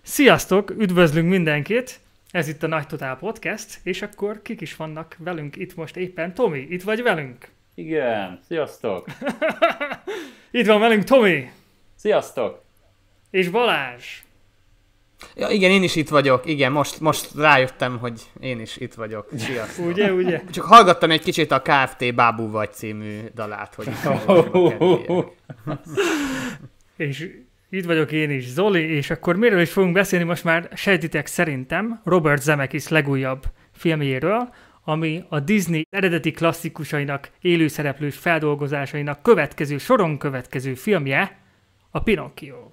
Sziasztok, üdvözlünk mindenkit! Ez itt a Nagy Totál Podcast, és akkor kik is vannak velünk itt most éppen? Tomi, itt vagy velünk? Igen, sziasztok! Itt van velünk Tomi! Sziasztok! És Balázs! Ja, igen, én is itt vagyok. Igen, most rájöttem, hogy én is itt vagyok. Sziasztok! Ugye? Csak hallgattam egy kicsit a KFT Bábú vagy című dalát, hogy És itt vagyok én is, Zoli, és akkor miről is fogunk beszélni, most már sejtitek szerintem Robert Zemeckis legújabb filmjéről, ami a Disney eredeti klasszikusainak, élőszereplős feldolgozásainak soron következő filmje, a Pinocchio.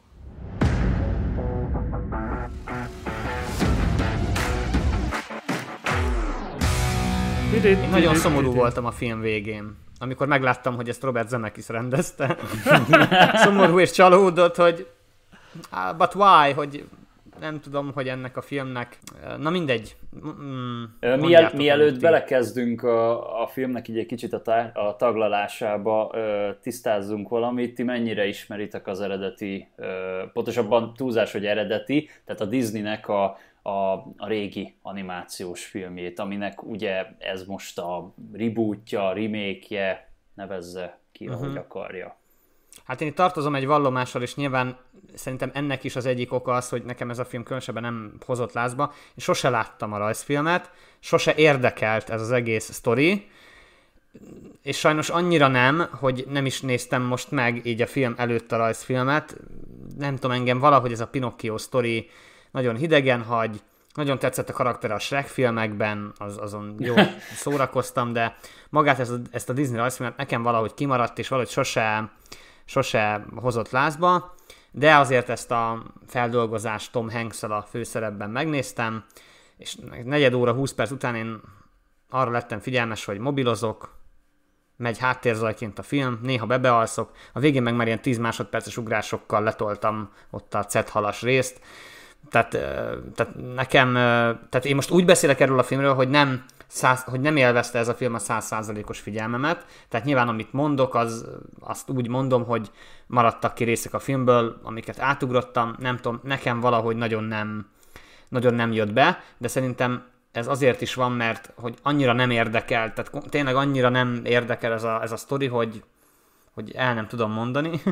Én nagyon szomorú voltam a film végén, amikor megláttam, hogy ezt Robert Zemeckis rendezte. Szomorú és csalódott, hogy but why, hogy nem tudom, hogy ennek a filmnek, na mindegy. Mielőtt belekezdünk a filmnek így egy kicsit a taglalásába, tisztázzunk valamit. Ti mennyire ismeritek az eredeti, pontosabban túlzás, hogy eredeti, tehát a Disneynek a régi animációs filmjét, aminek ugye ez most a rebootja, remake-je, nevezze ki, ahogy akarja. Hát én itt tartozom egy vallomással, és nyilván szerintem ennek is az egyik oka az, hogy nekem ez a film különösebben nem hozott lázba. Én sose láttam a rajzfilmet, sose érdekelt ez az egész sztori, és sajnos annyira nem, hogy nem is néztem most meg így a film előtt a rajzfilmet. Nem tudom, engem valahogy ez a Pinocchio sztori nagyon hidegen hagy, nagyon tetszett a karakter a Shrek filmekben, azon jó szórakoztam, de magát ezt a Disney rajzfilmet nekem valahogy kimaradt, és valahogy sose hozott lázba, de azért ezt a feldolgozást Tom Hanks-el a főszerepben megnéztem, és 4 óra 20 perc után én arra lettem figyelmes, hogy mobilozok, megy háttérzajként a film, néha bebealszok, a végén meg már ilyen 10 másodperces ugrásokkal letoltam ott a cethalas részt. Tehát nekem, tehát én most úgy beszélek erről a filmről, hogy nem élvezte ez a film a 100%-os figyelmemet, tehát nyilván amit mondok, azt úgy mondom, hogy maradtak ki részek a filmből, amiket átugrottam, nem tudom, nekem valahogy nagyon nem jött be, de szerintem ez azért is van, mert hogy annyira nem érdekel, tehát tényleg annyira nem érdekel ez a sztori, hogy el nem tudom mondani.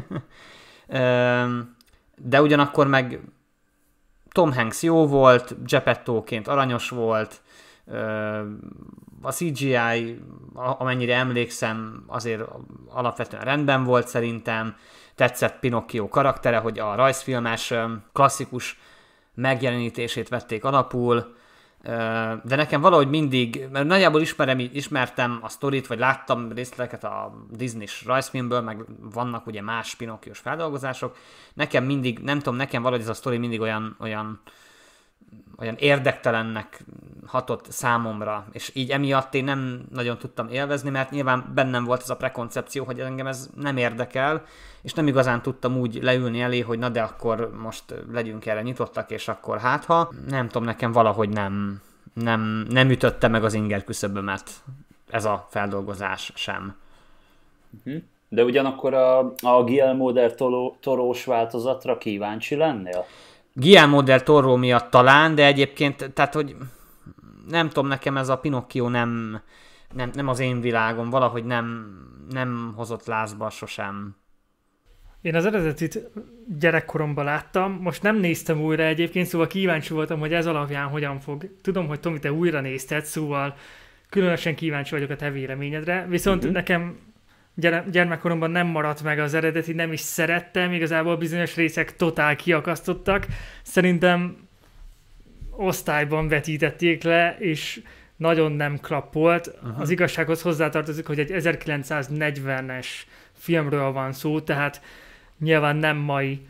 De ugyanakkor meg Tom Hanks jó volt, Geppettóként aranyos volt, a CGI, amennyire emlékszem, azért alapvetően rendben volt szerintem, tetszett Pinocchio karaktere, hogy a rajzfilmes klasszikus megjelenítését vették alapul, de nekem valahogy mindig, mert nagyjából ismertem a sztorit, vagy láttam részleteket a Disney-s rajzfilmből, meg vannak ugye más Pinocchiós feldolgozások, nekem mindig, nem tudom, nekem valahogy ez a sztori mindig olyan érdektelennek hatott számomra, és így emiatt én nem nagyon tudtam élvezni, mert nyilván bennem volt ez a prekoncepció, hogy engem ez nem érdekel, és nem igazán tudtam úgy leülni elé, hogy na de akkor most legyünk erre nyitottak, és akkor hátha. Nem tudom, nekem valahogy nem ütötte meg az inger küszöbömet ez a feldolgozás sem. De ugyanakkor a Guillermo del Toro-s változatra kíváncsi lennél? Guillermo del Toro miatt talán, de egyébként, tehát hogy nem tudom, nekem ez a Pinocchio nem az én világom, valahogy nem hozott lázba sosem. Én az eredetit gyerekkoromban láttam, most nem néztem újra egyébként, szóval kíváncsi voltam, hogy ez alapján hogyan fog. Tudom, hogy Tomi, te újra nézted, szóval különösen kíváncsi vagyok a te véleményedre, viszont nekem gyermekkoromban nem maradt meg az eredeti, nem is szerettem, igazából bizonyos részek totál kiakasztottak. Szerintem osztályban vetítették le, és nagyon nem klappolt. Az igazsághoz hozzátartozik, hogy egy 1940-es filmről van szó, tehát nyilván nem mai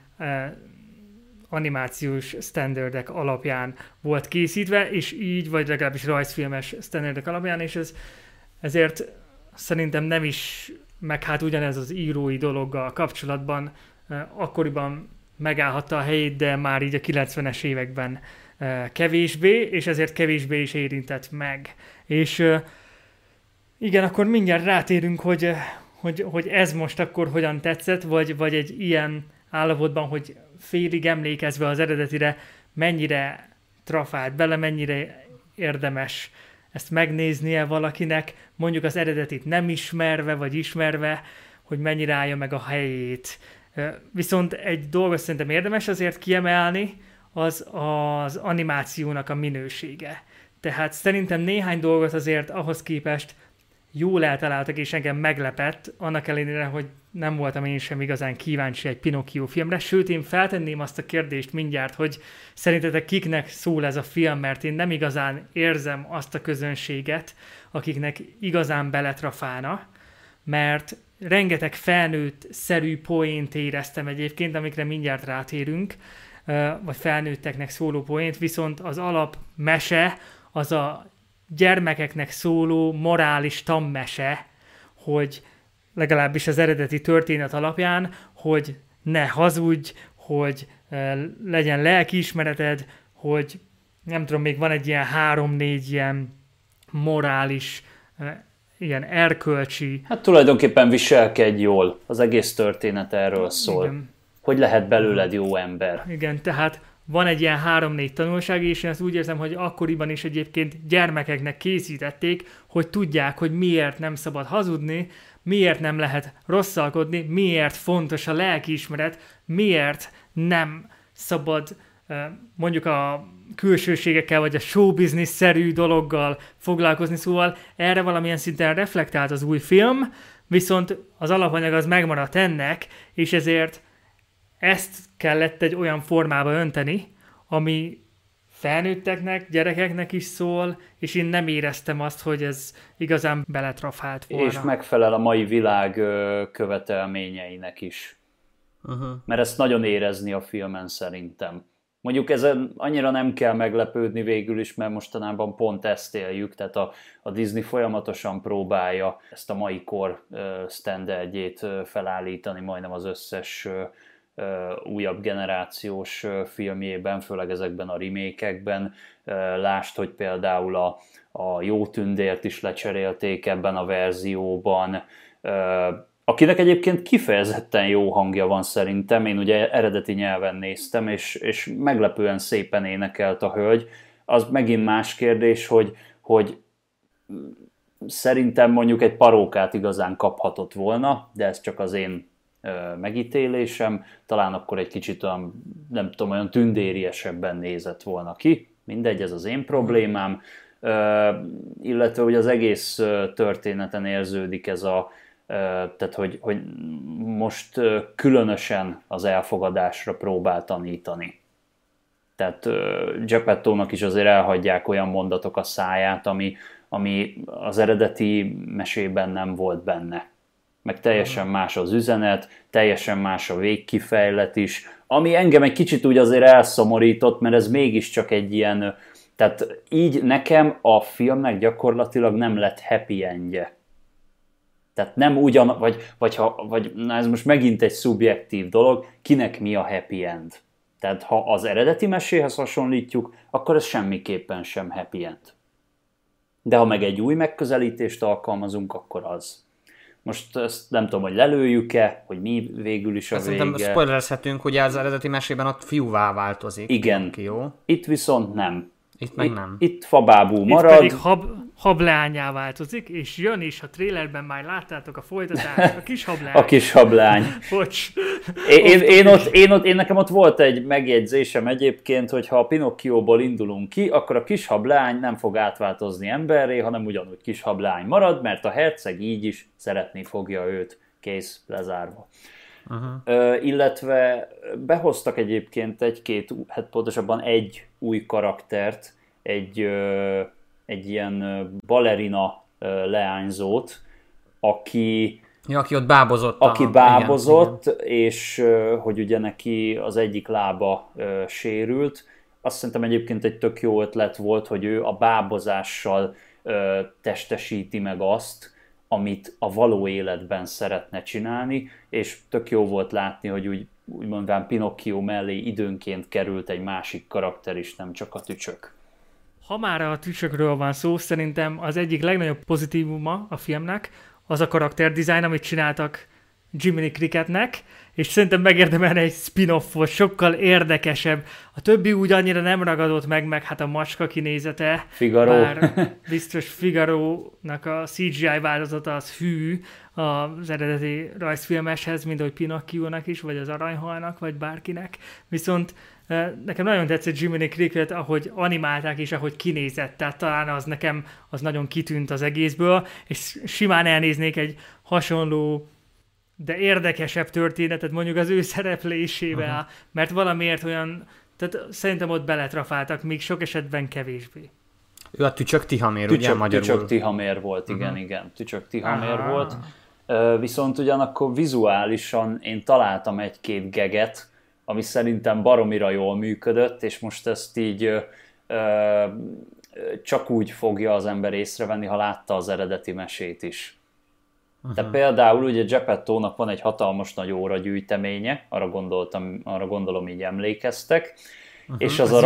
animációs standardek alapján volt készítve, és így, vagy legalábbis rajzfilmes standardek alapján, és ezért szerintem nem is, meg hát ugyanez az írói dologgal kapcsolatban akkoriban megállhatta a helyét, de már így a 90-es években kevésbé, és ezért kevésbé is érintett meg. És igen, akkor mindjárt rátérünk, hogy ez most akkor hogyan tetszett, vagy egy ilyen állapotban, hogy félig emlékezve az eredetire, mennyire trafált bele, mennyire érdemes ezt megnéznie valakinek, mondjuk az eredetit nem ismerve, vagy ismerve, hogy mennyire állja meg a helyét. Viszont egy dolgot szerintem érdemes azért kiemelni, az az animációnak a minősége. Tehát szerintem néhány dolgot azért ahhoz képest jól eltaláltak, és engem meglepett, annak ellenére, hogy nem voltam én sem igazán kíváncsi egy Pinocchio filmre, sőt én feltenném azt a kérdést mindjárt, hogy szerintetek kiknek szól ez a film, mert én nem igazán érzem azt a közönséget, akiknek igazán beletrafálna, mert rengeteg felnőtt-szerű poént éreztem egyébként, amikre mindjárt rátérünk, vagy felnőtteknek szóló poént, viszont az alap mese, az a gyermekeknek szóló morális tanmese, hogy legalábbis az eredeti történet alapján, hogy ne hazudj, hogy legyen lelkiismereted, hogy nem tudom, még van egy ilyen 3-4 ilyen morális, ilyen erkölcsi... Hát tulajdonképpen viselkedj jól, az egész történet erről szól. Igen. Hogy lehet belőled jó ember. Igen, tehát van egy ilyen 3-4 tanulság, és én azt úgy érzem, hogy akkoriban is egyébként gyermekeknek készítették, hogy tudják, hogy miért nem szabad hazudni, miért nem lehet rosszalkodni, miért fontos a lelkiismeret, miért nem szabad mondjuk a külsőségekkel, vagy a showbusiness-szerű dologgal foglalkozni, szóval erre valamilyen szinten reflektált az új film, viszont az alapanyag az megmaradt ennek, és ezért ezt kellett egy olyan formába önteni, ami felnőtteknek, gyerekeknek is szól, és én nem éreztem azt, hogy ez igazán beletrafált volna. És megfelel a mai világ követelményeinek is. Mert ezt nagyon érezni a filmen szerintem. Mondjuk ezen annyira nem kell meglepődni végül is, mert mostanában pont ezt éljük, tehát a Disney folyamatosan próbálja ezt a mai kor standardjét felállítani majdnem az összes újabb generációs filmjében, főleg ezekben a remake-ekben. Lásd, hogy például a Jó Tündért is lecserélték ebben a verzióban, akinek egyébként kifejezetten jó hangja van szerintem. Én ugye eredeti nyelven néztem, és meglepően szépen énekelt a hölgy. Az megint más kérdés, hogy szerintem mondjuk egy parókát igazán kaphatott volna, de ez csak az én megítélésem, talán akkor egy kicsit olyan, nem tudom, olyan tündériesebben nézett volna ki, mindegy, ez az én problémám, illetve hogy az egész történeten érződik ez tehát hogy most különösen az elfogadásra próbál tanítani. Tehát Geppettónak is azért elhagyják olyan mondatok a száját, ami az eredeti mesében nem volt benne. Meg teljesen más az üzenet, teljesen más a végkifejlet is, ami engem egy kicsit úgy azért elszomorított, mert ez mégiscsak egy ilyen, tehát így nekem a filmnek gyakorlatilag nem lett happy endje. Tehát nem ugyan, vagy na ez most megint egy szubjektív dolog, kinek mi a happy end. Tehát ha az eredeti meséhez hasonlítjuk, akkor ez semmiképpen sem happy end. De ha meg egy új megközelítést alkalmazunk, akkor az. Most ezt nem tudom, hogy lelőjük-e, hogy mi végül is a vége. Szerintem spoilerezhetünk, hogy az eredeti mesében ott fiúvá változik. Igen, jó? Itt viszont nem. Itt meg nem. Itt fabábú marad. Itt pedig hableányá változik, és jön is, a trailerben már láttátok a folytatást, a kis hablány. A kis hablány. Bocs. Én nekem ott volt egy megjegyzésem egyébként, hogy ha a Pinocchióból indulunk ki, akkor a kis hablány nem fog átváltozni emberré, hanem ugyanúgy kis hablány marad, mert a herceg így is szeretni fogja őt. Kész, lezárva. Illetve behoztak egyébként hát pontosabban egy új karaktert, egy ilyen balerina leányzót, aki ott bábozott. Aki bábozott, igen. És hogy ugye neki az egyik lába sérült. Azt szerintem egyébként egy tök jó ötlet volt, hogy ő a bábozással testesíti meg azt, amit a való életben szeretne csinálni, és tök jó volt látni, hogy úgy mondván Pinocchio mellé időnként került egy másik karakter is, nem csak a tücsök. Ha már a tücsökről van szó, szerintem az egyik legnagyobb pozitívuma a filmnek az a karakterdesign, amit csináltak Jiminy Cricketnek, és szerintem megérdemelne egy spin-offot, sokkal érdekesebb. A többi úgy annyira nem ragadott meg hát a macska kinézete. Figaro. Bár biztos Figaro-nak a CGI változata az hű az eredeti rajzfilmeshez, mint ahogy Pinocchio-nak is, vagy az Aranyhalnak, vagy bárkinek. Viszont nekem nagyon tetszett Jiminy Cricket, ahogy animálták és ahogy kinézett, tehát talán az nekem az nagyon kitűnt az egészből, és simán elnéznék egy hasonló, de érdekesebb történetet mondjuk az ő szereplésével, mert valamiért olyan, tehát szerintem ott beletrafáltak, még sok esetben kevésbé. Ő a Tücsök Tihamér, ugye magyarul? Tücsök Tihamér volt, igen. Tücsök Tihamér volt. Viszont ugyanakkor vizuálisan én találtam egy-két geget, ami szerintem baromira jól működött, és most ezt így csak úgy fogja az ember észrevenni, ha látta az eredeti mesét is. Tehát például ugye Geppettónak van egy hatalmas nagy óragyűjteménye, arra gondolom így emlékeztek, és az a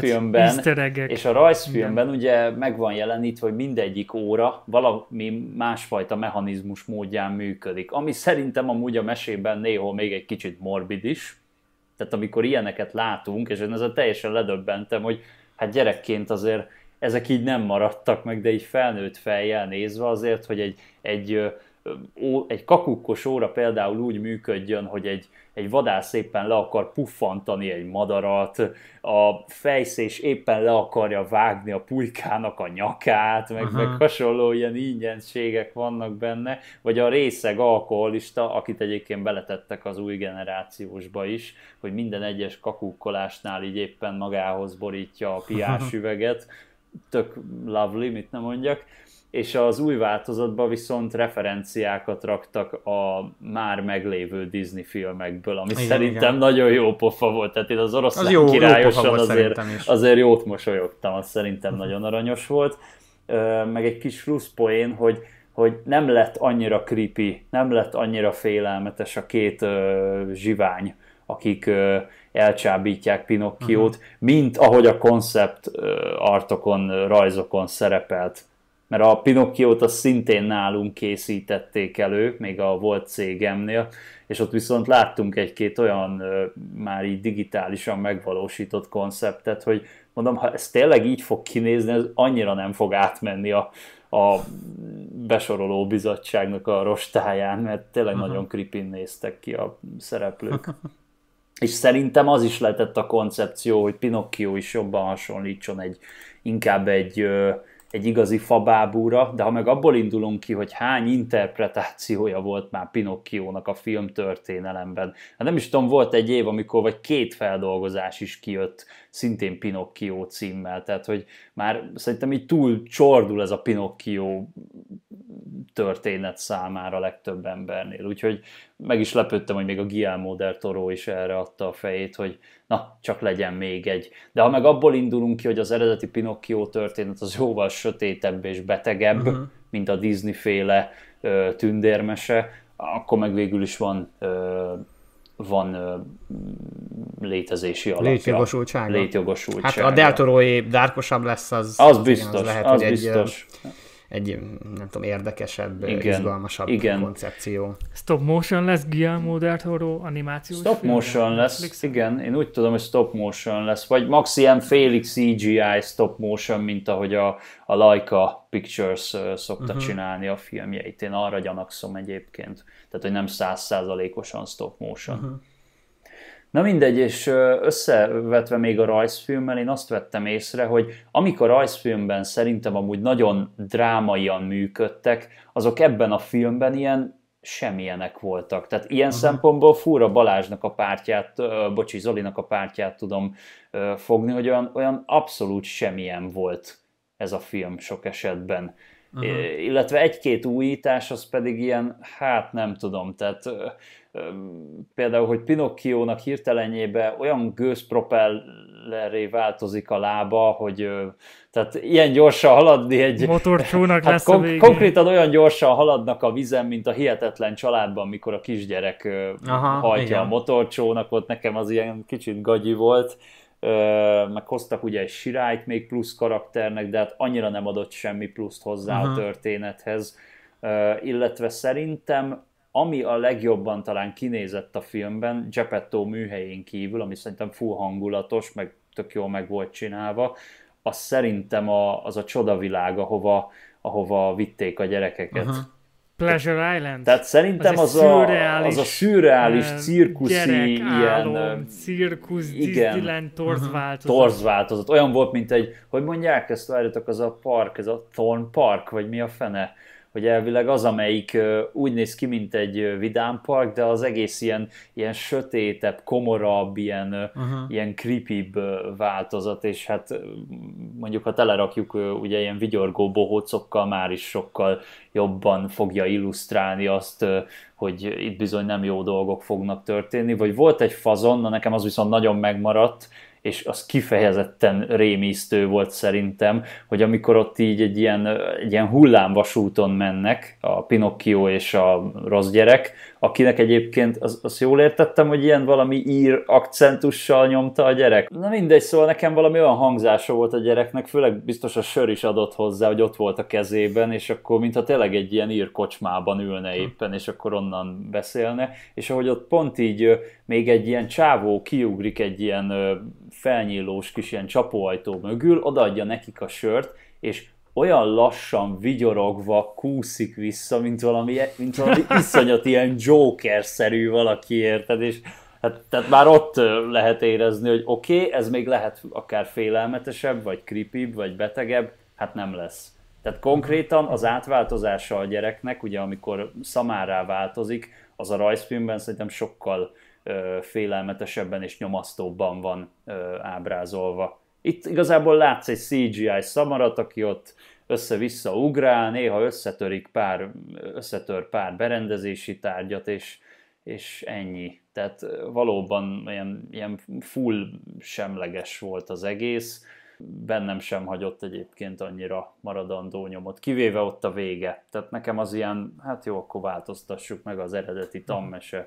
rajzfilmben, ugye meg van jelenítve, hogy mindegyik óra valami másfajta mechanizmus módján működik, ami szerintem amúgy a mesében néhol még egy kicsit morbid is. Tehát amikor ilyeneket látunk, és én ezzel teljesen ledöbbentem, hogy hát gyerekként azért ezek így nem maradtak meg, de így felnőtt fejjel nézve azért, hogy egy kakukkos óra például úgy működjön, hogy egy vadász éppen le akar puffantani egy madarat, a fejszés éppen le akarja vágni a pulykának a nyakát, meg hasonló ilyen ingyenségek vannak benne, vagy a részeg alkoholista, akit egyébként beletettek az új generációsba is, hogy minden egyes kakukkolásnál így éppen magához borítja a piás üveget, tök lovely, mit nem mondjak. És az új változatban viszont referenciákat raktak a már meglévő Disney filmekből, ami szerintem nagyon jó pofa volt. Tehát én az Oroszlán királyosan azért jót mosolyogtam, az szerintem nagyon aranyos volt. Meg egy kis pluszpoén, hogy nem lett annyira creepy, nem lett annyira félelmetes a két zsivány, akik elcsábítják Pinocchiót, mint ahogy a koncept artokon, rajzokon szerepelt. Mert a Pinocchiót azt szintén nálunk készítették elő, még a volt cégemnél, és ott viszont láttunk egy-két olyan már így digitálisan megvalósított konceptet, hogy mondom, ha ez tényleg így fog kinézni, ez annyira nem fog átmenni a besoroló bizottságnak a rostáján, mert tényleg nagyon creepy néztek ki a szereplők. És szerintem az is lehetett a koncepció, hogy Pinocchio is jobban hasonlítson inkább egy igazi fabábúra, de ha meg abból indulunk ki, hogy hány interpretációja volt már Pinocchiónak a filmtörténelemben. Hát nem is tudom, volt egy év, amikor vagy 2 feldolgozás is kijött, szintén Pinocchio címmel, tehát hogy már szerintem így túl csordul ez a Pinocchio történet számára legtöbb embernél, úgyhogy meg is lepődtem, hogy még a Guillermo del Toro is erre adta a fejét, hogy na, csak legyen még egy. De ha meg abból indulunk ki, hogy az eredeti Pinocchio történet az jóval sötétebb és betegebb, mint a Disney-féle tündérmese, akkor meg végül is van létezési alapja. Létjogosultsága. Hát a Del Toroé dárkosabb lesz, az biztos, igen, az lehet, az hogy biztos. Egy nem tudom, érdekesebb, izgalmasabb koncepció. Stop motion lesz Guillermo del Toro animációs Stop motion lesz, Netflix? Igen, én úgy tudom, hogy stop motion lesz, vagy max ilyen félig CGI stop motion, mint ahogy a Laika Pictures szokta csinálni a filmjeit. Én arra gyanakszom egyébként, tehát hogy nem 100%-osan stop motion. Na mindegy, és összevetve még a rajzfilmmel, én azt vettem észre, hogy amik a rajzfilmben szerintem amúgy nagyon drámaian működtek, azok ebben a filmben ilyen semmilyenek voltak. Tehát ilyen szempontból Fúra Balázsnak a pártját, Zolinak a pártját tudom fogni, hogy olyan abszolút semmilyen volt ez a film sok esetben. Illetve egy-két újítás, az pedig ilyen, hát nem tudom, tehát például, hogy Pinocchiónak hirtelenjében olyan gőzpropellerré változik a lába, hogy tehát ilyen gyorsan haladni egy... Motorcsónak lesz a végén. Konkrétan olyan gyorsan haladnak a vizen, mint a Hihetetlen családban, mikor a kisgyerek hajtja a motorcsónakot, nekem az ilyen kicsit gagyi volt. Meg hoztak ugye egy sirályt még plusz karakternek, de hát annyira nem adott semmi pluszt hozzá a történethez. Illetve szerintem ami a legjobban talán kinézett a filmben, Geppetto műhelyén kívül, ami szerintem full hangulatos, meg tök jól meg volt csinálva, az szerintem az a csodavilág, ahova vitték a gyerekeket. Pleasure Island. Tehát szerintem az a szürreális cirkuszi ilyen... cirkusz, Disneyland torzváltozat. Torzváltozat. Olyan volt, mint egy, hogy mondják ezt, várjatok, az a park, ez a Thorn Park, vagy mi a fene? Hogy elvileg az, amelyik úgy néz ki, mint egy vidámpark, de az egész ilyen sötétebb, komorabb, ilyen creepybb változat, és hát mondjuk, ha telerakjuk ugye ilyen vigyorgó bohócokkal, már is sokkal jobban fogja illusztrálni azt, hogy itt bizony nem jó dolgok fognak történni. Vagy volt egy fazon, na nekem az viszont nagyon megmaradt, és az kifejezetten rémisztő volt szerintem, hogy amikor ott így egy ilyen hullámvasúton mennek, a Pinocchio és a rossz gyerek, akinek egyébként, azt jól értettem, hogy ilyen valami ír akcentussal nyomta a gyerek. Na mindegy, szóval nekem valami olyan hangzása volt a gyereknek, főleg biztos a sör is adott hozzá, hogy ott volt a kezében, és akkor mintha tényleg egy ilyen ír kocsmában ülne éppen, és akkor onnan beszélne, és ahogy ott pont így még egy ilyen csávó kiugrik egy ilyen felnyílós kis ilyen csapóajtó mögül, odaadja nekik a sört, és olyan lassan, vigyorogva kúszik vissza, mint valami iszonyat ilyen Joker-szerű valaki, érted, és hát, tehát már ott lehet érezni, hogy oké, ez még lehet akár félelmetesebb, vagy creepybb, vagy betegebb, hát nem lesz. Tehát konkrétan az átváltozása a gyereknek, ugye amikor szamárrá változik, az a rajzfilmben szerintem sokkal félelmetesebben és nyomasztóbban van ábrázolva. Itt igazából látsz egy CGI szamarat, aki ott össze-vissza ugrál, néha összetör pár berendezési tárgyat, és ennyi. Tehát valóban ilyen full semleges volt az egész. Bennem sem hagyott egyébként annyira maradandó nyomot, kivéve ott a vége. Tehát nekem az ilyen, hát jó, akkor változtassuk meg az eredeti tanmese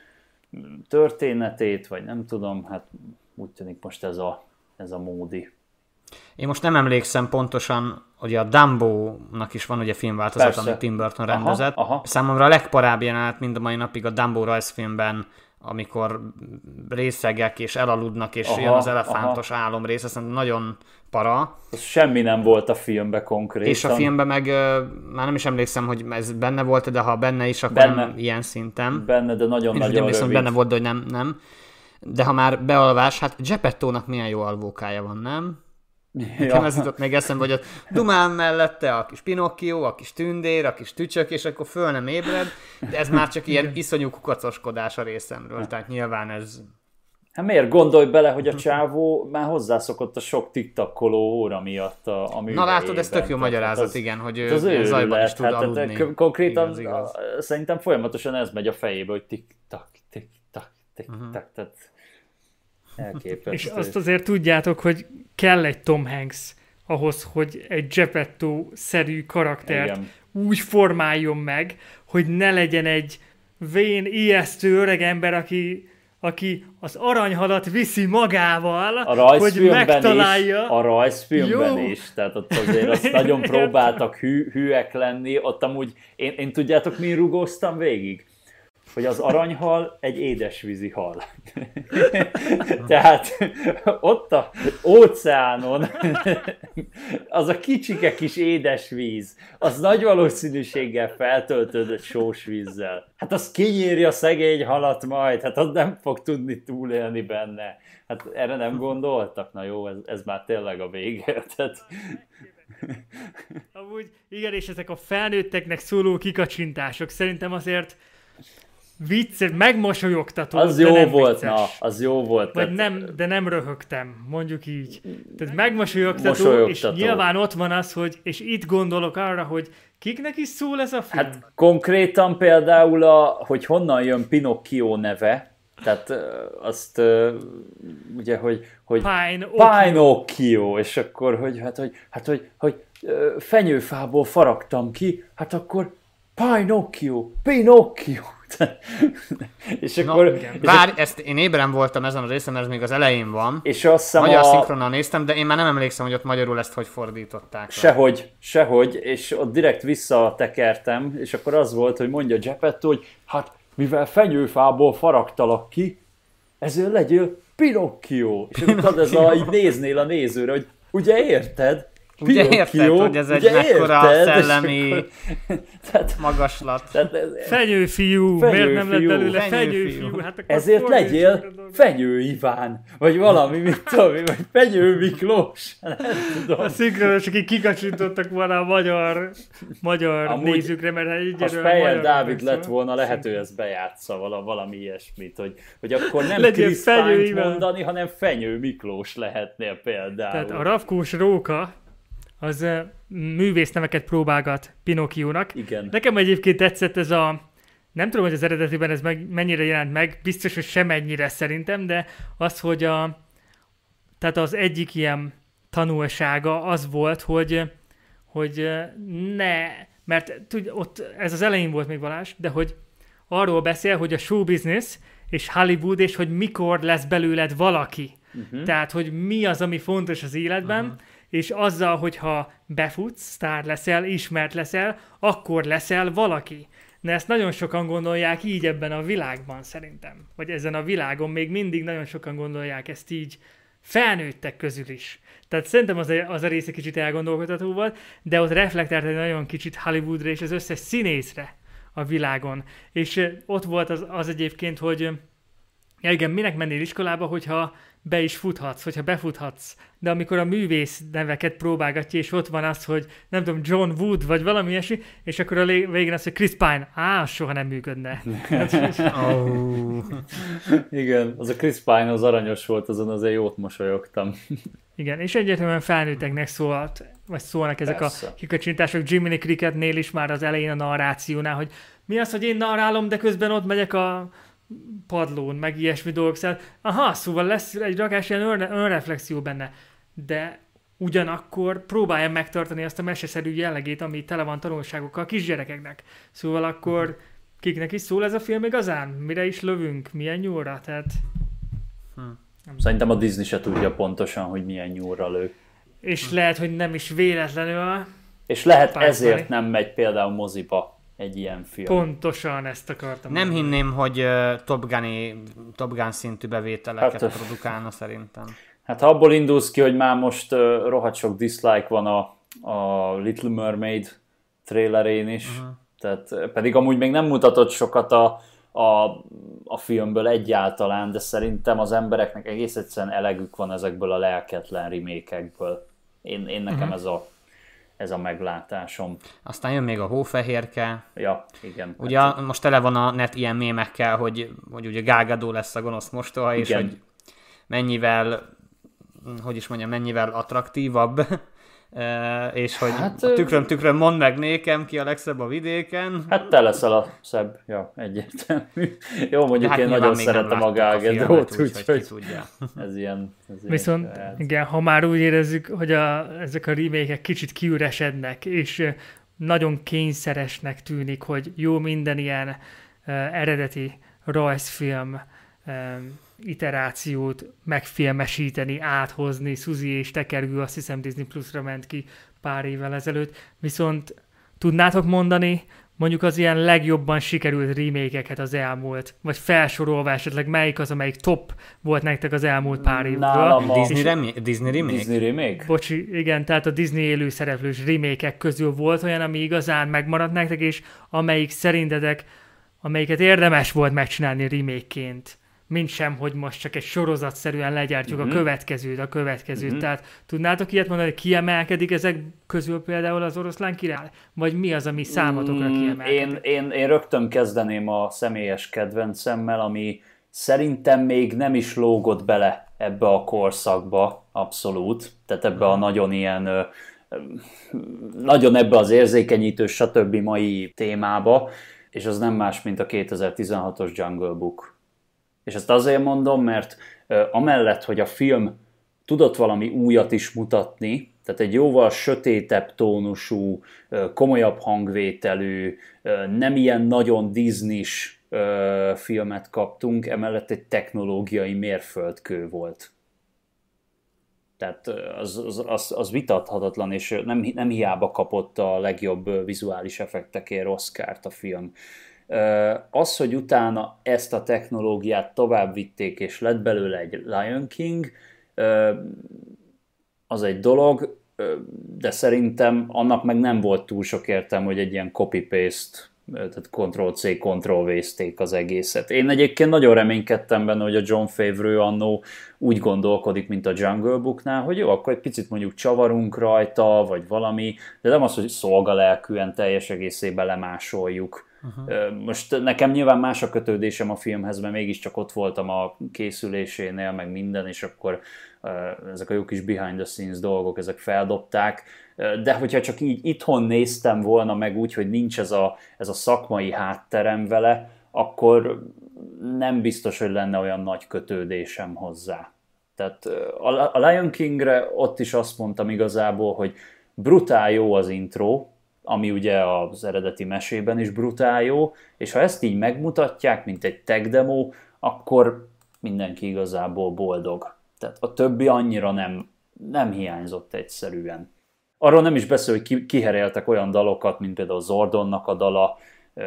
történetét, vagy nem tudom, hát úgy tűnik most ez a módi. Én most nem emlékszem pontosan, hogy a Dumbo-nak is van ugye filmváltozat, amit Tim Burton rendezett. Aha. Számomra a legparább jelenet mind a mai napig a Dumbo rajzfilmben, amikor részegek és elaludnak, és jön az elefántos álomrész, aztán nagyon para. Ez semmi nem volt a filmben konkrétan. És a filmben meg már nem is emlékszem, hogy ez benne volt, de ha benne is, akkor nem ilyen szinten. Benne, de nagyon-nagyon rövid. Hogy benne volt, de hogy nem. De ha már bealvás, hát Geppettónak milyen jó alvókája van, nem? Nekem ez jutott még eszembe, hogy ott dumál mellette a kis Pinocchio, a kis tündér, a kis tücsök, és akkor föl nem ébred, de ez már csak ilyen iszonyú kukacoskodás a részemről, tehát nyilván ez... Hát miért? Gondolj bele, hogy a csávó már hozzászokott a sok tiktakkoló óra miatt a művejében. Na látod, ez tök jó magyarázat, igen, hogy ő zajban is tud aludni. Konkrétan szerintem folyamatosan ez megy a fejébe, hogy tik-tak, tik-tak, tik-tak, tehát elképesztő. És azt azért tudjátok, hogy kell egy Tom Hanks ahhoz, hogy egy Geppetto-szerű karaktert úgy formáljon meg, hogy ne legyen egy vén, ijesztő öreg ember, aki az aranyhalat viszi magával, hogy megtalálja. A rajzfilmben is, tehát ott azért azt nagyon próbáltak hűek lenni, ott amúgy, én tudjátok, mi rugóztam végig? Hogy az aranyhal egy édesvízi hal. Tehát ott az óceánon az a kicsike kis édesvíz, az nagy valószínűséggel feltöltődött sós vízzel. Hát az kinyírja szegény halat majd, hát az nem fog tudni túlélni benne. Hát erre nem gondoltak? Na jó, ez már tényleg a vége. Tehát... Amúgy igen, és ezek a felnőtteknek szóló kikacsintások szerintem azért vicces, megmosolyogtató, az de jó nem volt, vicces. na, az jó volt. Vagy nem, de nem röhögtem, mondjuk így. Tehát megmosolyogtató, és nyilván ott van az, hogy, és itt gondolok arra, hogy kiknek is szól ez a film? Hát konkrétan például, hogy honnan jön Pinocchio neve, tehát azt ugye, hogy Pinocchio, és akkor, hogy fenyőfából faragtam ki, hát akkor Pinocchio, És akkor... Várj, ezt én ébren voltam ezen a részen, mert ez még az elején van. És azt hiszem magyar szinkronnal néztem, de én már nem emlékszem, hogy ott magyarul ezt hogy fordították. Sehogy, és ott direkt visszatekertem, és akkor az volt, hogy mondja Geppetto, hogy hát mivel fenyőfából faragtalak ki, ezért legyél Pinocchio. És akkor ez így néznél a nézőre, hogy ugye érted? Ugye érted, hogy ez egy mekkora szellemi magaslat. Fenyőfiú, miért nem lett belőle fenyőfiú? Hát ezért legyél Fenyő Iván, vagy valami, mit tudom, vagy Fenyő Miklós. A szinkronosok így kikacsintottak volna a magyar nézőkre, mert ha Speyer Dávid lett volna, lehet, hogy ezt bejátsza valami ilyesmit, hogy akkor nem Chris Pine-t mondani, hanem Fenyő Miklós lehetnél például. Tehát a Ravkós Róka az művészneveket próbálgat Pinocchiónak. Igen. Nekem egyébként tetszett ez a... Nem tudom, hogy az eredetiben ez mennyire jelent meg, biztos, hogy semennyire szerintem, de az, hogy tehát az egyik ilyen tanulsága az volt, hogy ne... Mert ott ez az elején volt még Balázs, de hogy arról beszél, hogy a show business és Hollywood, és hogy mikor lesz belőled valaki. Tehát, hogy mi az, ami fontos az életben, és azzal, hogyha befutsz, sztár leszel, ismert leszel, akkor leszel valaki. De ezt nagyon sokan gondolják így ebben a világban szerintem. Vagy ezen a világon még mindig nagyon sokan gondolják ezt így felnőttek közül is. Tehát szerintem az a része kicsit elgondolkodható volt, de ott reflektált egy nagyon kicsit Hollywoodra és az összes színészre a világon. És ott volt az egyébként, hogy ja igen, minek mennél iskolába, hogyha be is futhatsz, hogyha befuthatsz. De amikor a művész neveket próbálgatja, és ott van az, hogy nem tudom, John Wood, vagy valami ilyesmi, és akkor a végén az, hogy Chris Pine, soha nem működne. Igen, az a Chris Pine az aranyos volt, azon azért jót mosolyogtam. Igen, és egyértelműen felnőtteknek szólnak ezek a kikacsintások. Jiminy Cricketnél is már az elején a narrációnál, hogy mi az, hogy én narrálom, de közben ott megyek a padlón, meg ilyesmi dolgok. Szóval lesz egy rakás ilyen önreflexió benne, de ugyanakkor próbálja megtartani azt a meseszerű jellegét, ami tele van tanulságokkal a kisgyerekeknek. Szóval akkor kiknek is szól ez a film igazán? Mire is lövünk? Milyen nyúlra? Tehát... Szerintem a Disney se tudja pontosan, hogy milyen nyúlra lő. És lehet, hogy nem is véletlenül. És lehet ezért nem megy például moziba egy ilyen film. Pontosan ezt akartam. Nem hinném, hogy Top Gun szintű bevételeket produkálna szerintem. Hát ha abból indulsz ki, hogy már most rohadt sok dislike van a Little Mermaid trailerén is, tehát pedig amúgy még nem mutatott sokat a filmből egyáltalán, de szerintem az embereknek egész egyszerűen elegük van ezekből a lelketlen remake-ekből. Én nekem ez a meglátásom. Aztán jön még a Hófehérke. Ja, igen. Ugye most tele van a net ilyen mémekkel, hogy ugye Gal Gadot lesz a gonosz mostoha, és hogy mennyivel attraktívabb, és hogy tükröm mondd meg nékem, ki a legszebb a vidéken. Hát te leszel a szebb, ja, egyértelmű. Jó, mondjuk én nagyon szeretem a Gal Gadot, úgyhogy ez ilyen. Viszont igen, ha már úgy érezzük, hogy ezek a remake-ek kicsit kiüresednek, és nagyon kényszeresnek tűnik, hogy jó minden ilyen eredeti rajzfilm iterációt megfilmesíteni, áthozni. Suzy és Tekergő, azt hiszem Disney Plus-ra ment ki pár évvel ezelőtt. Viszont tudnátok mondani mondjuk az ilyen legjobban sikerült remake-eket az elmúlt, vagy felsorolva esetleg melyik az, amelyik top volt nektek az elmúlt pár évből? Disney remake? Disney remake? Bocsi, igen, tehát a Disney élőszereplős remake-ek közül volt olyan, ami igazán megmaradt nektek, és amelyik szerintetek, amelyiket érdemes volt megcsinálni remake-ként. Mint sem, hogy most csak egy sorozatszerűen legyártjuk a következőt. Tehát tudnátok ilyet mondani, hogy kiemelkedik ezek közül például az Oroszlán király? Vagy mi az, ami számotokra kiemelkedik? Én rögtön kezdeném a személyes kedvencemmel, ami szerintem még nem is lógott bele ebbe a korszakba, abszolút. Tehát ebbe a nagyon ilyen, nagyon ebbe az érzékenyítő, stb. Mai témába, és az nem más, mint a 2016-os Jungle Book. És ezt azért mondom, mert amellett, hogy a film tudott valami újat is mutatni, tehát egy jóval sötétebb tónusú, komolyabb hangvételű, nem ilyen nagyon Disney-s filmet kaptunk, emellett egy technológiai mérföldkő volt. Tehát az vitathatatlan, és nem hiába kapott a legjobb vizuális effektekért Oscart a film. Az, hogy utána ezt a technológiát tovább vitték, és lett belőle egy Lion King, az egy dolog, de szerintem annak meg nem volt túl sok értelme, hogy egy ilyen copy-paste, tehát Ctrl-C, Ctrl-V-zték az egészet. Én egyébként nagyon reménykedtem benne, hogy a Jon Favreau annó úgy gondolkodik, mint a Jungle Booknál, hogy jó, akkor egy picit mondjuk csavarunk rajta, vagy valami, de nem az, hogy szolgalelkűen teljes egészében lemásoljuk. Most nekem nyilván más a kötődésem a filmhez, mert mégiscsak ott voltam a készülésénél, meg minden, és akkor ezek a jó kis behind the scenes dolgok, ezek feldobták, de hogyha csak így itthon néztem volna meg úgy, hogy nincs ez a szakmai hátterem vele, akkor nem biztos, hogy lenne olyan nagy kötődésem hozzá. Tehát a Lion Kingre ott is azt mondtam igazából, hogy brutál jó az intro, ami ugye az eredeti mesében is brutál jó, és ha ezt így megmutatják, mint egy tech demo, akkor mindenki igazából boldog. Tehát a többi annyira nem hiányzott egyszerűen. Arról nem is beszél, hogy kiheréltek olyan dalokat, mint például Zordonnak a dala,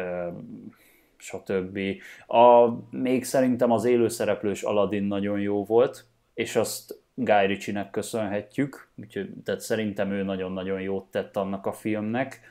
stb. Még szerintem az élőszereplős Aladdin nagyon jó volt, és azt Guy Ritchie-nek köszönhetjük, úgyhogy, tehát szerintem ő nagyon-nagyon jót tett annak a filmnek.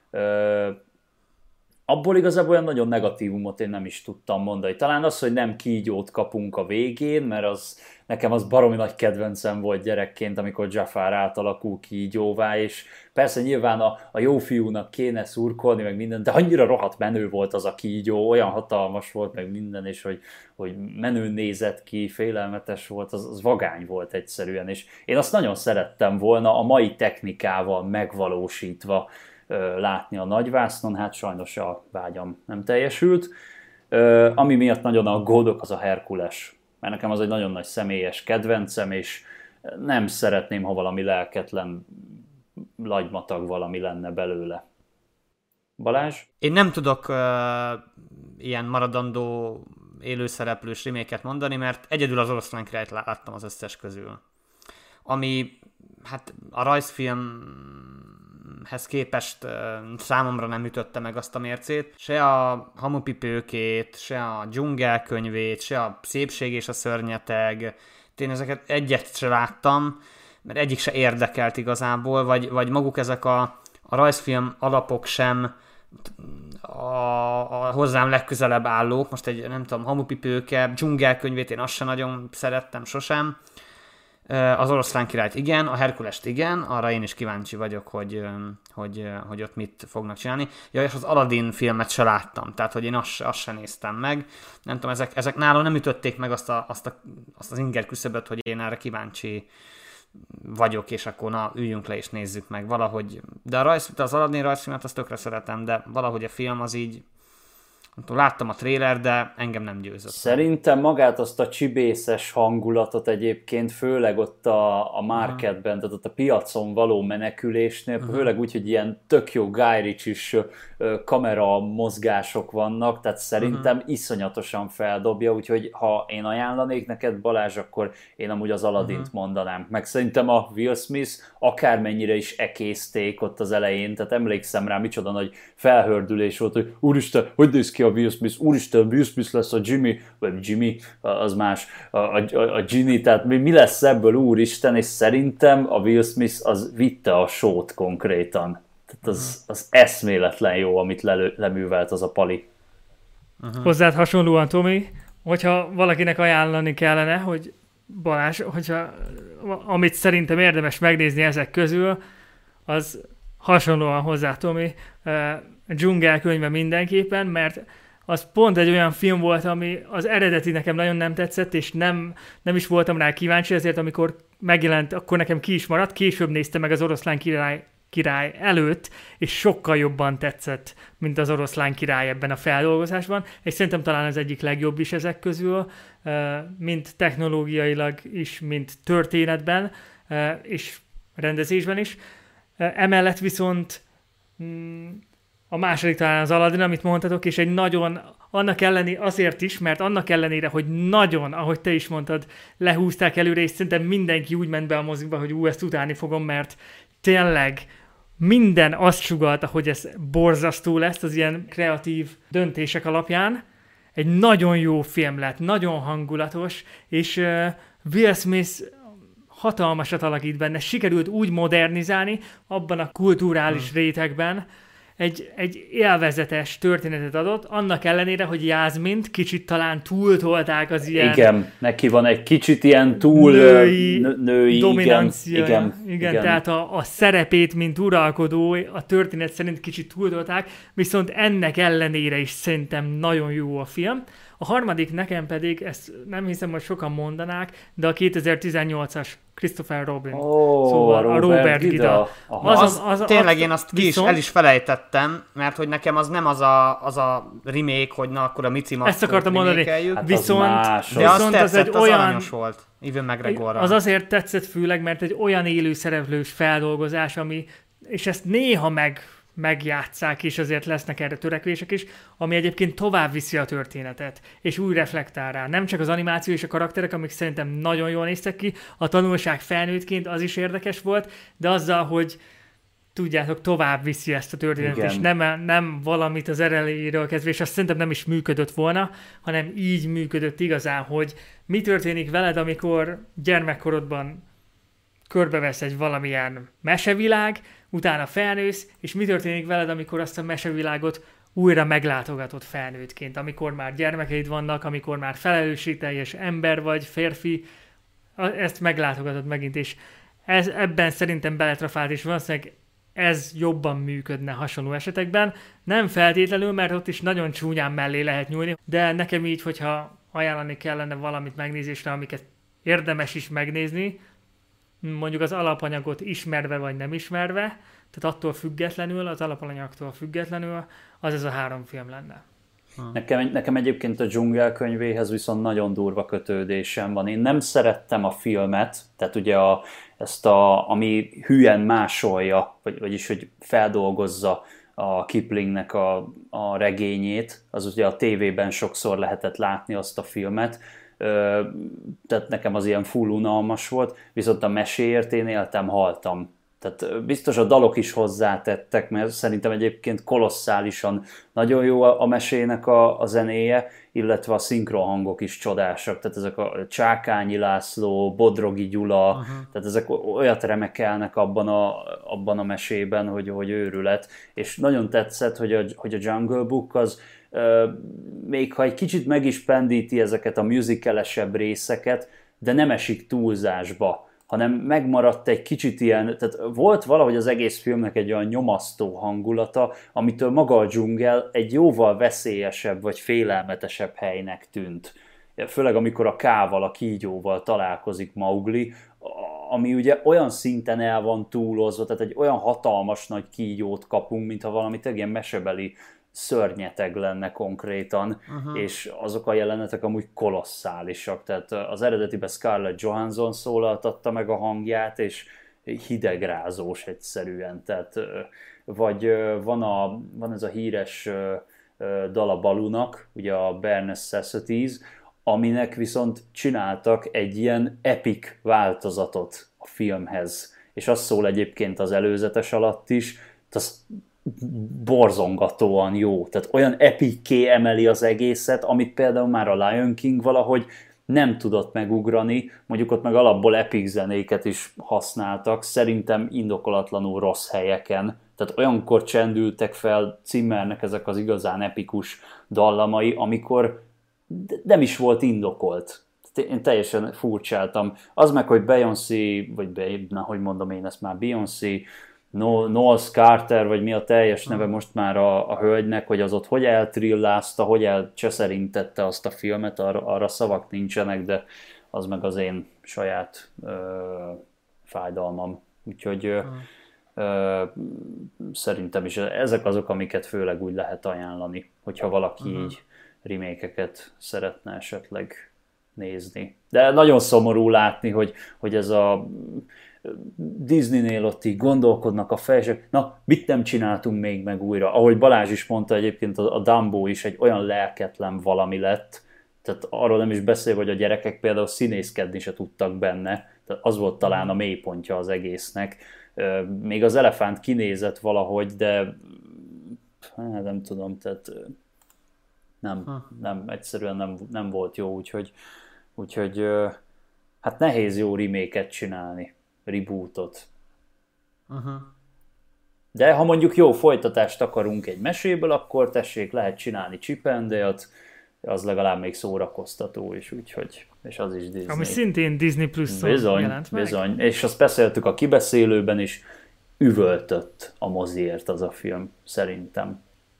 Abból igazából olyan nagyon negatívumot én nem is tudtam mondani. Talán az, hogy nem kígyót kapunk a végén, mert nekem az baromi nagy kedvencem volt gyerekként, amikor Jafar átalakul kígyóvá, és persze nyilván a jó fiúnak kéne szurkolni, meg minden, de annyira rohadt menő volt az a kígyó, olyan hatalmas volt, meg minden, és hogy menőn nézett ki, félelmetes volt, az vagány volt egyszerűen, és én azt nagyon szerettem volna a mai technikával megvalósítva látni a nagyvásznon, hát sajnos a vágyam nem teljesült. Ami miatt nagyon aggódok, az a Herkules, mert nekem az egy nagyon nagy személyes kedvencem, és nem szeretném, ha valami lelketlen lagymatag valami lenne belőle. Balázs? Én nem tudok ilyen maradandó élőszereplős reméket mondani, mert egyedül az Oroszlán királyt láttam az összes közül. Ami hát a rajzfilmhez képest számomra nem ütötte meg azt a mércét. Se a Hamupipőkét, se a Dzsungelkönyvét, se a Szépség és a szörnyeteg. Én ezeket egyet se láttam, mert egyik se érdekelt igazából, vagy maguk ezek a rajzfilm alapok sem a hozzám legközelebb állók. Most egy, nem tudom, Hamupipőke, Dzsungelkönyvét én azt sem nagyon szerettem sosem. Az Oroszlán királyt igen, a Herkulest igen, arra én is kíváncsi vagyok, hogy ott mit fognak csinálni. Ja, és az Aladdin filmet se láttam, tehát hogy én azt sem néztem meg. Nem tudom, ezek nálam nem ütötték meg azt az inger küszöböt, hogy én erre kíváncsi vagyok, és akkor na, üljünk le és nézzük meg valahogy. De az Aladdin rajzfilmet azt tökre szeretem, de valahogy a film az így, láttam a trailer, de engem nem győzött. Szerintem magát azt a csibészes hangulatot egyébként, főleg ott a marketben, tehát ott a piacon való menekülésnél, főleg úgy, hogy ilyen tök jó Guy Ritchie-s kamera mozgások vannak, tehát szerintem iszonyatosan feldobja, úgyhogy ha én ajánlanék neked, Balázs, akkor én amúgy az Aladdint mondanám. Meg szerintem a Will Smith akármennyire is ekészték ott az elején, tehát emlékszem rá, micsoda nagy felhördülés volt, hogy úristen, hogy néz ki a Will Smith, úristen, Will Smith lesz a Jimmy, vagy Jimmy, az más, a Ginny, tehát mi lesz ebből, úristen, és szerintem a Will Smith az vitte a sót konkrétan. Tehát az eszméletlen jó, amit leművelt az a pali. Hozzád hasonlóan, Tomi, hogyha valakinek ajánlani kellene, hogy Balázs, hogyha amit szerintem érdemes megnézni ezek közül, az hasonlóan hozzá, Tomi, Dzsungelkönyve mindenképpen, mert az pont egy olyan film volt, ami az eredeti nekem nagyon nem tetszett, és nem is voltam rá kíváncsi, ezért amikor megjelent, akkor nekem ki is maradt, később nézte meg az Oroszlán király előtt, és sokkal jobban tetszett, mint az Oroszlán király ebben a feldolgozásban, és szerintem talán az egyik legjobb is ezek közül, mint technológiailag is, mint történetben, és rendezésben is. Emellett viszont a második talán az Aladdin, amit mondtatok, és egy nagyon annak azért is, mert annak ellenére, hogy nagyon, ahogy te is mondtad, lehúzták előre, és szerintem mindenki úgy ment be a moziba, hogy ezt utálni fogom, mert tényleg minden azt sugallta, hogy ez borzasztó lesz az ilyen kreatív döntések alapján. Egy nagyon jó film lett, nagyon hangulatos, és Will Smith hatalmasat alakít benne, sikerült úgy modernizálni abban a kulturális rétegben, egy élvezetes történetet adott, annak ellenére, hogy Jászmint kicsit talán túltolták az ilyen... Igen, neki van egy kicsit ilyen női dominancia. Igen, tehát a szerepét, mint uralkodó, a történet szerint kicsit túltolták, viszont ennek ellenére is szerintem nagyon jó a film. A harmadik nekem pedig, ezt nem hiszem, hogy sokan mondanák, de a 2018-as Christopher Robin. Szóval a Robert Gida. Tényleg én azt el is felejtettem, mert hogy nekem az nem az a remake, hogy na akkor a Mici Maxot ezt akartam mondani, hát viszont az tetszett, az olyan... aranyos volt. Ewan McGregorral. Az azért tetszett főleg, mert egy olyan élő szereplős feldolgozás, és ezt néha megjátsszák, és azért lesznek erre törekvések is, ami egyébként tovább viszi a történetet, és úgy reflektál rá. Nem csak az animáció és a karakterek, amik szerintem nagyon jól néztek ki, a tanulság felnőttként az is érdekes volt, de azzal, hogy tudjátok, tovább viszi ezt a történetet, igen. És nem valamit az elejéről kezdve, és azt szerintem nem is működött volna, hanem így működött igazán, hogy mi történik veled, amikor gyermekkorodban körbevesz egy valamilyen mesevilág, utána felnősz, és mi történik veled, amikor azt a mesevilágot újra meglátogatod felnőttként, amikor már gyermekeid vannak, amikor már felelősségteljes ember vagy, férfi, ezt meglátogatod megint, és ebben szerintem beletrafált, és valószínűleg ez jobban működne hasonló esetekben. Nem feltétlenül, mert ott is nagyon csúnyán mellé lehet nyúlni, de nekem így, hogyha ajánlani kellene valamit megnézésre, amiket érdemes is megnézni, mondjuk az alapanyagot ismerve vagy nem ismerve, tehát attól függetlenül, az alapanyagtól függetlenül, az ez a 3 film lenne. Nekem egyébként a Dzsungel könyvéhez viszont nagyon durva kötődésem van. Én nem szerettem a filmet, tehát ugye ami hülyen másolja, vagyis hogy feldolgozza a Kiplingnek a regényét, az ugye a tévében sokszor lehetett látni azt a filmet, tehát nekem az ilyen full unalmas volt, viszont a meséért én éltem, haltam. Tehát biztos a dalok is hozzátettek, mert szerintem egyébként kolosszálisan nagyon jó a mesének a zenéje, illetve a szinkronhangok is csodásak. Tehát ezek a Csákányi László, Bodrogi Gyula, tehát ezek olyat remekelnek abban a mesében, hogy őrület. És nagyon tetszett, hogy a Jungle Book az még ha egy kicsit meg is pendíti ezeket a musicalesebb részeket, de nem esik túlzásba, hanem megmaradt egy kicsit ilyen, tehát volt valahogy az egész filmnek egy olyan nyomasztó hangulata, amitől maga a dzsungel egy jóval veszélyesebb vagy félelmetesebb helynek tűnt. Főleg amikor a K-val, a kígyóval találkozik Mowgli, ami ugye olyan szinten el van túlozva, tehát egy olyan hatalmas nagy kígyót kapunk, mintha valami ilyen mesebeli szörnyeteg lenne konkrétan, és azok a jelenetek amúgy kolosszálisak. Tehát az eredetiben Scarlett Johansson szólaltatta meg a hangját, és hidegrázós egyszerűen. Tehát, vagy van ez a híres dala Balunak, ugye a Bare Necessities, aminek viszont csináltak egy ilyen epic változatot a filmhez. És az szól egyébként az előzetes alatt is, az borzongatóan jó. Tehát olyan epikké emeli az egészet, amit például már a Lion King valahogy nem tudott megugrani, mondjuk ott meg alapból epic zenéket is használtak, szerintem indokolatlanul rossz helyeken. Tehát olyankor csendültek fel Zimmernek ezek az igazán epikus dallamai, amikor nem is volt indokolt. Én teljesen furcsáltam. Az meg, hogy Beyoncé, hogy mondom én ezt már, Beyoncé, Noel Carter, vagy mi a teljes neve most már a hölgynek, hogy az ott hogy eltrillázta, hogy elcseszerintette azt a filmet, arra szavak nincsenek, de az meg az én saját fájdalmam. Úgyhogy szerintem is ezek azok, amiket főleg úgy lehet ajánlani, hogyha valaki így remake-eket szeretne esetleg nézni. De nagyon szomorú látni, hogy ez a Disneynél ott így gondolkodnak a fejsek, na, mit nem csináltunk még meg újra? Ahogy Balázs is mondta, egyébként a Dumbo is egy olyan lelketlen valami lett, tehát arról nem is beszél, hogy a gyerekek például színészkedni se tudtak benne, tehát az volt talán a mélypontja az egésznek. Még az elefánt kinézett valahogy, de nem tudom, tehát nem egyszerűen nem volt jó, úgyhogy hát nehéz jó remake-et csinálni, rebootot. De ha mondjuk jó folytatást akarunk egy meséből, akkor tessék, lehet csinálni Chip and Dale-t, az legalább még szórakoztató is, úgyhogy, és az is Disney. Ami szintén Disney Plus-on jelent meg. Bizony, és azt beszéltük a kibeszélőben is, üvöltött a moziért az a film, szerintem.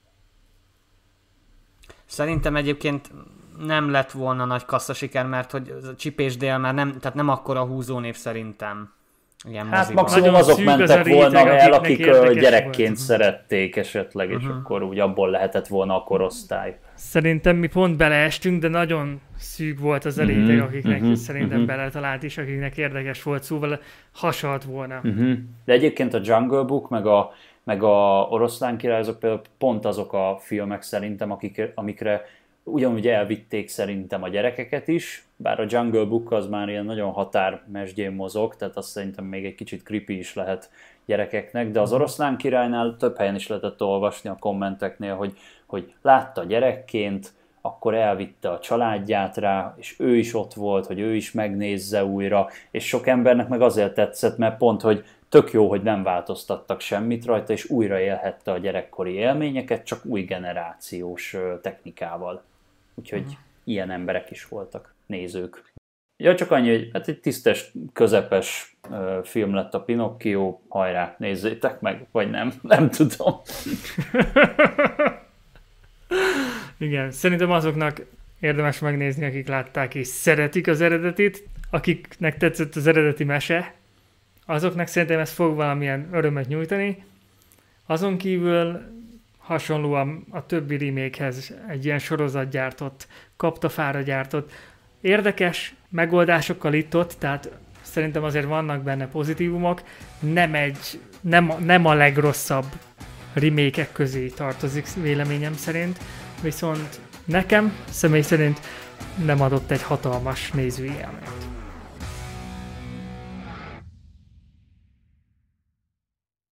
Szerintem egyébként nem lett volna nagy kasszasiker, mert hogy a Chip és Dale már nem akkora húzónév szerintem. Ilyen moziban. Maximum azok mentek volna el, akik gyerekként szerették esetleg, és akkor úgy abból lehetett volna a korosztály. Szerintem mi pont beleestünk, de nagyon szűk volt az a réteg, akiknek szerintem beletalált is, akiknek érdekes volt, szóval hasalt volna. De egyébként a Jungle Book, meg a Oroszlán király, azok például pont azok a filmek szerintem, amikre ugyanúgy elvitték szerintem a gyerekeket is, bár a Jungle Book az már ilyen nagyon határmesdjén mozog, tehát azt szerintem még egy kicsit creepy is lehet gyerekeknek, de az Oroszlán királynál több helyen is lehetett olvasni a kommenteknél, hogy látta gyerekként, akkor elvitte a családját rá, és ő is ott volt, hogy ő is megnézze újra, és sok embernek meg azért tetszett, mert pont, hogy tök jó, hogy nem változtattak semmit rajta, és újra élhette a gyerekkori élményeket, csak új generációs technikával. Úgyhogy ilyen emberek is voltak, nézők. Ja, csak annyi, hogy hát egy tisztes, közepes film lett a Pinocchio, hajrá, nézzétek meg, vagy nem tudom. Igen, szerintem azoknak érdemes megnézni, akik látták és szeretik az eredetit, akiknek tetszett az eredeti mese, azoknak szerintem ez fog valamilyen örömet nyújtani. Azon kívül hasonlóan a többi remake-hez egy ilyen sorozatgyártott, kaptafára gyártott, érdekes megoldásokkal itt-ott, tehát szerintem azért vannak benne pozitívumok, nem a legrosszabb remake-ek közé tartozik véleményem szerint, viszont nekem személy szerint nem adott egy hatalmas nézői élményt.